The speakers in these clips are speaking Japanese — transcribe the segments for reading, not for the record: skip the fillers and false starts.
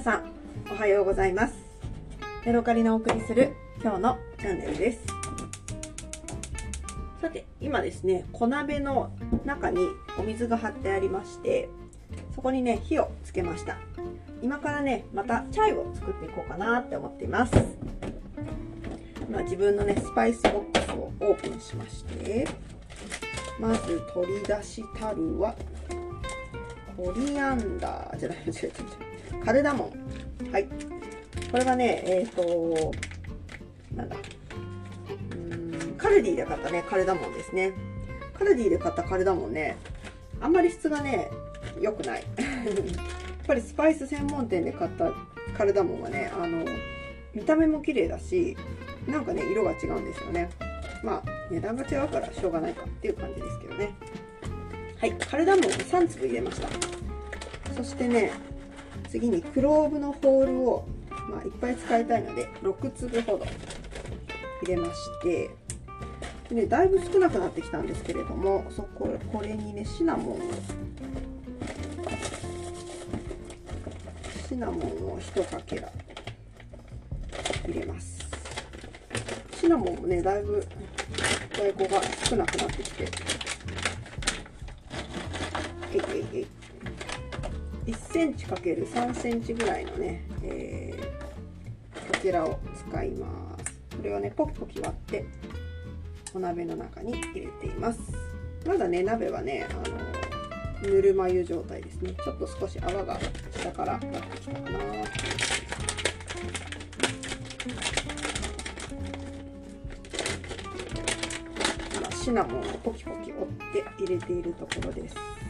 さんおはようございます。ヤドカリのお送りする今日のチャンネルです。さて今ですね、小鍋の中にお水が張ってありまして、そこにね火をつけました。今からねまたチャイを作っていこうかなって思っています。今自分のねスパイスボックスをオープンしまして、まず取り出したるはコリアンダーじゃない、カルダモン。はい、これはねなんだカルディで買ったねカルダモンですね。カルディで買ったカルダモンね、あんまり質がね良くないやっぱりスパイス専門店で買ったカルダモンはね、見た目も綺麗だし、なんかね色が違うんですよね。まあ値段が違うからしょうがないかっていう感じですけどね。はい、カルダモンを3粒入れました。そしてね、次にクローブのホールを、いっぱい使いたいので6粒ほど入れまして、でね、だいぶ少なくなってきたんですけれども、これにねシナモンを1かけら入れます。シナモンもねだいぶ在庫が少なくなってきて、1センチ ×3 センチぐらいのね、かけらを使います。これをねポキポキ割ってお鍋の中に入れています。まだね鍋はねぬるま湯状態ですね。ちょっと少し泡が下からなってきたかな。今シナモンをポキポキ折って入れているところです。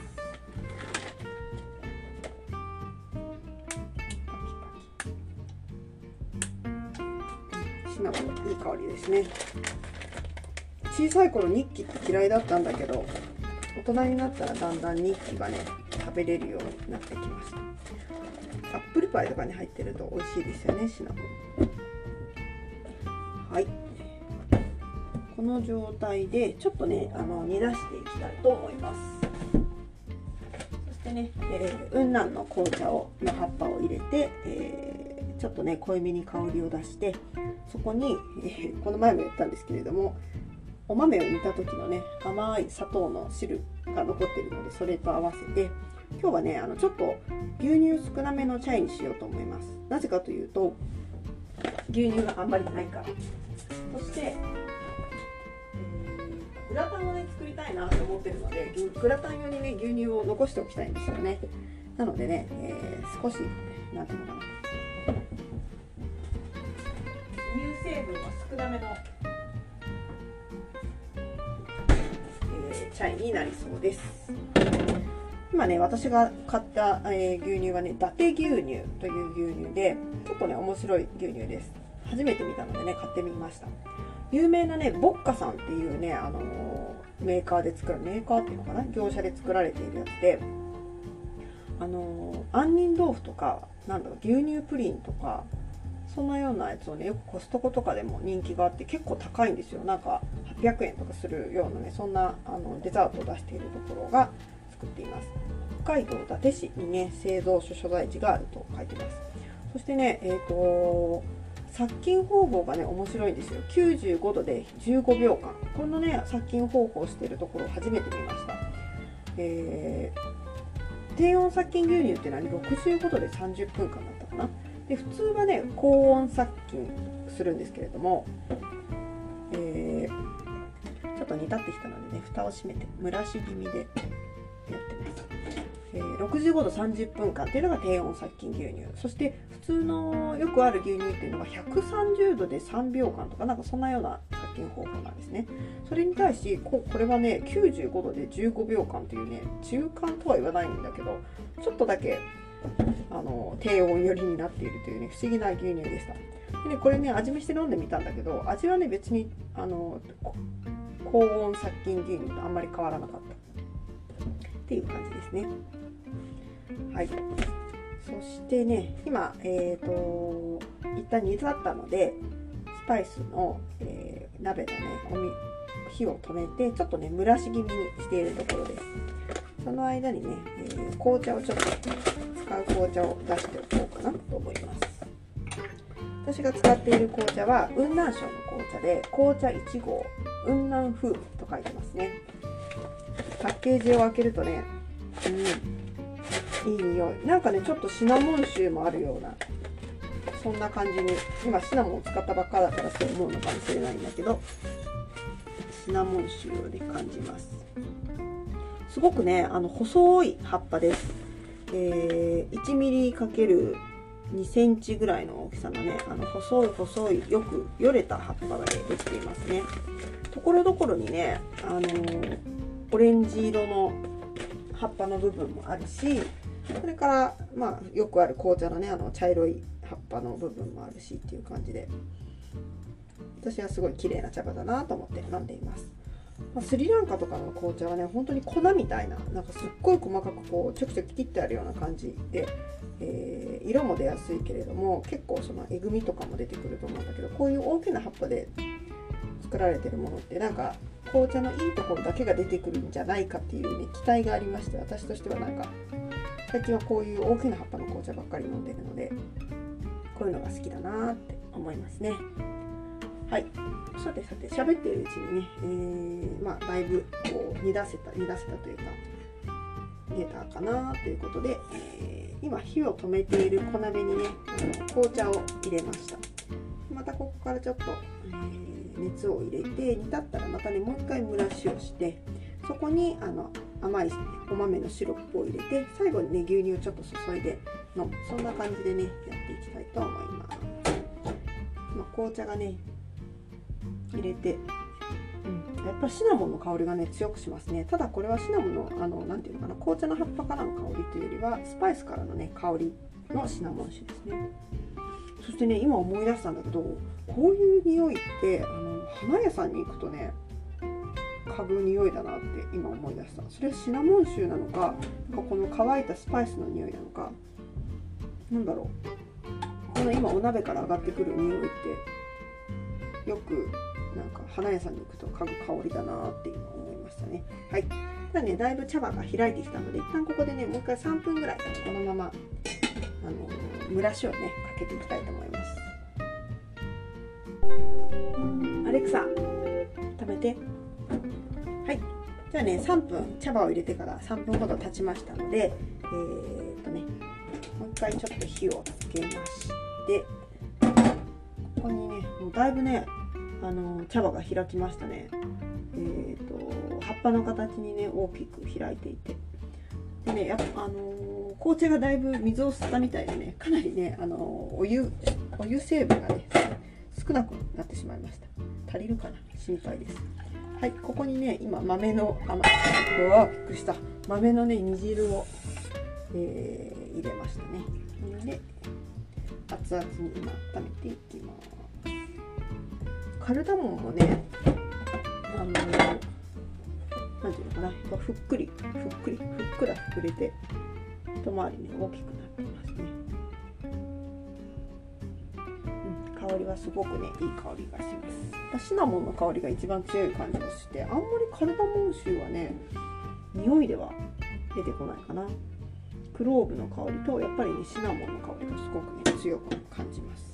シナモンいい香りですね。小さい頃ニッキって嫌いだったんだけど、大人になったらだんだんニッキがね食べれるようになってきました。アップルパイとかに入ってると美味しいですよね、シナモン。はい、この状態でちょっとね煮出していきたいと思います。そしてね、雲南の紅茶の葉っぱを入れて、ちょっとね濃いめに香りを出して、そこに、この前も言ったんですけれども、お豆を煮た時のね甘い砂糖の汁が残っているので、それと合わせて今日はねちょっと牛乳少なめのチャイにしようと思います。なぜかというと牛乳があんまりないから。そして、グラタンをね作りたいなと思ってるので、グラタン用にね牛乳を残しておきたいんですよね。なのでね、少しなんていうのかな、乳成分は少なめのチャイになりそうです。今ね私が買った、牛乳はね伊達牛乳という牛乳で、ちょっとね面白い牛乳です。初めて見たのでね買ってみました。有名なねボッカさんっていうねメーカーっていうのかな、業者で作られているやつで、杏仁豆腐とか牛乳プリンとかそんなようなやつをねよくコストコとかでも人気があって、結構高いんですよ。なんか800円とかするようなね、そんなデザートを出しているところが作っています。北海道伊達市にね製造所在地があると書いてます。そしてね殺菌方法がね面白いんですよ。95度で15秒間、このね殺菌方法をしているところを初めて見ました。低温殺菌牛乳っていうのは65度で30分間だったかな。で普通はね高温殺菌するんですけれども、ちょっと煮立ってきたのでね蓋を閉めて蒸らし気味でやってます。65度30分間っていうのが低温殺菌牛乳。そして普通のよくある牛乳っていうのが130度で3秒間とか、なんかそんなような殺菌方法なんですね。それに対しこれはね95度で15秒間っていうね、中間とは言わないんだけど、ちょっとだけ低温寄りになっているというね不思議な牛乳でした。でね、これね味見して飲んでみたんだけど、味はね別に高温殺菌牛乳とあんまり変わらなかったっていう感じですね。はい、そしてね今一旦煮立ったので、スパイスの、鍋のね火を止めてちょっとね蒸らし気味にしているところです。 その間にね、紅茶をちょっと使う紅茶を出しておこうかなと思います。私が使っている紅茶は雲南省の紅茶で、紅茶1号雲南風味と書いてますね。パッケージを開けるとね、いい匂い。なんかね、ちょっとシナモン臭もあるような、そんな感じに、今シナモンを使ったばっかだからそう思うのかもしれないんだけど、シナモン臭をね感じます。すごくね、細い葉っぱです。1ミリ×2センチぐらいの大きさのね、細いよくよれた葉っぱが、ね、できていますね。ところどころにね、オレンジ色の葉っぱの部分もあるし、それから、まあ、よくある紅茶のね、茶色い葉っぱの部分もあるしっていう感じで、私はすごい綺麗な茶葉だなと思って飲んでいます。スリランカとかの紅茶はね、本当に粉みたいな、なんかすっごい細かくこうちょくちょく切ってあるような感じで、色も出やすいけれども、結構そのえぐみとかも出てくると思うんだけど、こういう大きな葉っぱで作られてるものってなんか紅茶のいいところだけが出てくるんじゃないかっていうね、期待がありまして、私としてはなんか最近はこういう大きな葉っぱの紅茶ばっかり飲んでるので、こういうのが好きだなって思いますね。はい、さて喋っているうちにね、まあだいぶこう煮出せたというか煮えたかなということで、今火を止めている小鍋にね紅茶を入れました。またここからちょっと、熱を入れて煮立ったらまたねもう一回蒸らしをして、そこに甘いお豆のシロップを入れて、最後にね牛乳をちょっと注いで飲む、そんな感じでねやっていきたいと思います。紅茶がね入れて、やっぱシナモンの香りがね強くしますね。ただこれはシナモンのなんていうのかな、紅茶の葉っぱからの香りというよりはスパイスからのね香りのシナモン酒ですね。そしてね今思い出したんだけど、こういう匂いって花屋さんに行くとね嗅ぐ匂いだなって今思い出した。それはシナモン臭なのか、なんかこの乾いたスパイスの匂いなのか、なんだろう、この今お鍋から上がってくる匂いってよくなんか花屋さんに行くと嗅ぐ香りだなって今思いましたね。はい。ただね、だいぶ茶葉が開いてきたので、一旦ここでね、もう一回3分ぐらいこのまま蒸らしをねかけていきたいと思います。アレクサ、食べて。はい。じゃあね、3分茶葉を入れてから3分ほど経ちましたので、もう一回ちょっと火をつけまして、ここにね、もうだいぶね。茶葉が開きましたね。葉っぱの形にね大きく開いていて、でね、やっぱ紅茶がだいぶ水を吸ったみたいでね、かなりねお湯成分がね少なくなってしまいました。足りるかな、心配です。はい、ここにね今豆のびっくりした、豆のね煮汁を、入れましたね。で熱々に今温めていきます。カルダモンもね、なんていうのかな、ふっくら膨れて、一回りね大きくなっていますね。香りはすごくねいい香りがします。シナモンの香りが一番強い感じがして、あんまりカルダモン臭はね匂いでは出てこないかな。クローブの香りとやっぱりねシナモンの香りがすごくね強く感じます。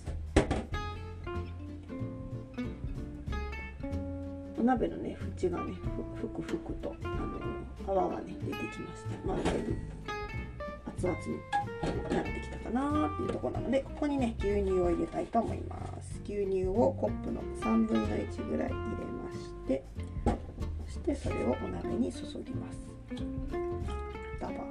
お鍋のね縁がねふくふくと泡がね出てきました。まあだいぶ熱々になってきたかなっていうところなので、ここにね牛乳を入れたいと思います。牛乳をコップの3分の1ぐらい入れまして、そしてそれをお鍋に注ぎます。ダバー。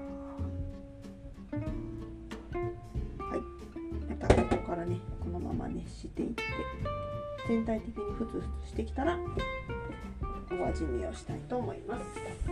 はい。またここからねこのまま熱していって、全体的にふつふつしてきたらお味見をしたいと思います。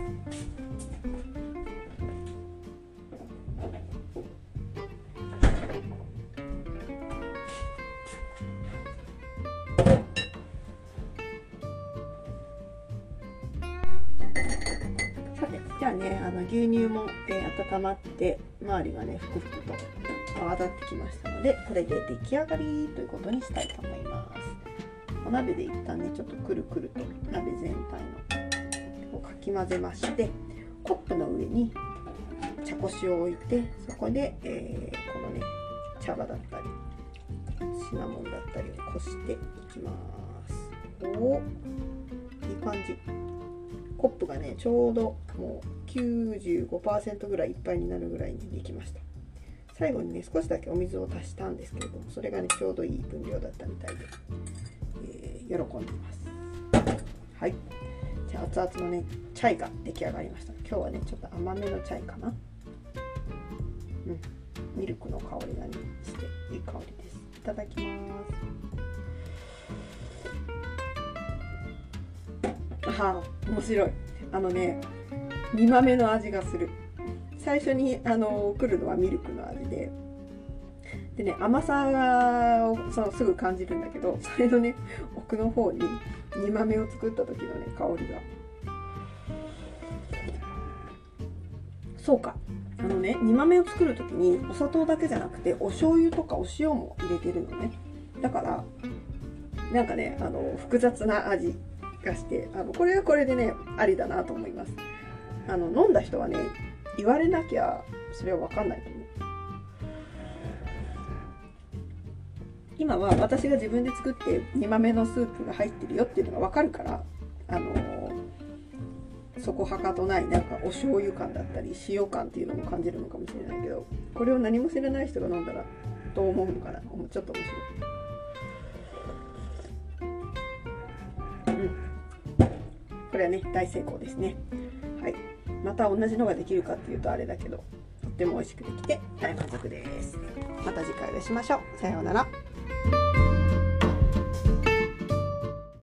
さて、じゃあね牛乳も、温まって周りがねふくふくと泡立ってきましたので、これで出来上がりということにしたいと思います。お鍋で一旦ねちょっとくるくると鍋全体のをかき混ぜまして、コップの上に茶こしを置いて、そこで、このね茶葉だったりシナモンだったりをこしていきます。お、いい感じ。コップがねちょうどもう 95% ぐらいいっぱいになるぐらいにできました。最後にね少しだけお水を足したんですけれども、それがねちょうどいい分量だったみたいで、喜んでいます。はい、じゃあ熱々のねチャイが出来上がりました。今日はねちょっと甘めのチャイかな。ミルクの香りがねしていい香りです。いただきます。面白い。煮豆の味がする。最初に来るのはミルクの味で、ね、甘さをすぐ感じるんだけど、それのね奥の方に煮豆を作った時のね香りが、そうか、煮豆を作る時にお砂糖だけじゃなくてお醤油とかお塩も入れてるのね。だからなんかね複雑な味がして、これはこれでねありだなと思います。飲んだ人はね言われなきゃそれは分かんないと思う。今は私が自分で作って煮豆のスープが入ってるよっていうのが分かるから、そこはかとないなんかお醤油感だったり塩感っていうのも感じるのかもしれないけど、これを何も知らない人が飲んだらどう思うのかな。ちょっと面白い。これはね大成功ですね。はい、また同じのができるかっていうとあれだけど、とっても美味しくできて大満足です。また次回お会いしましょう。さようなら。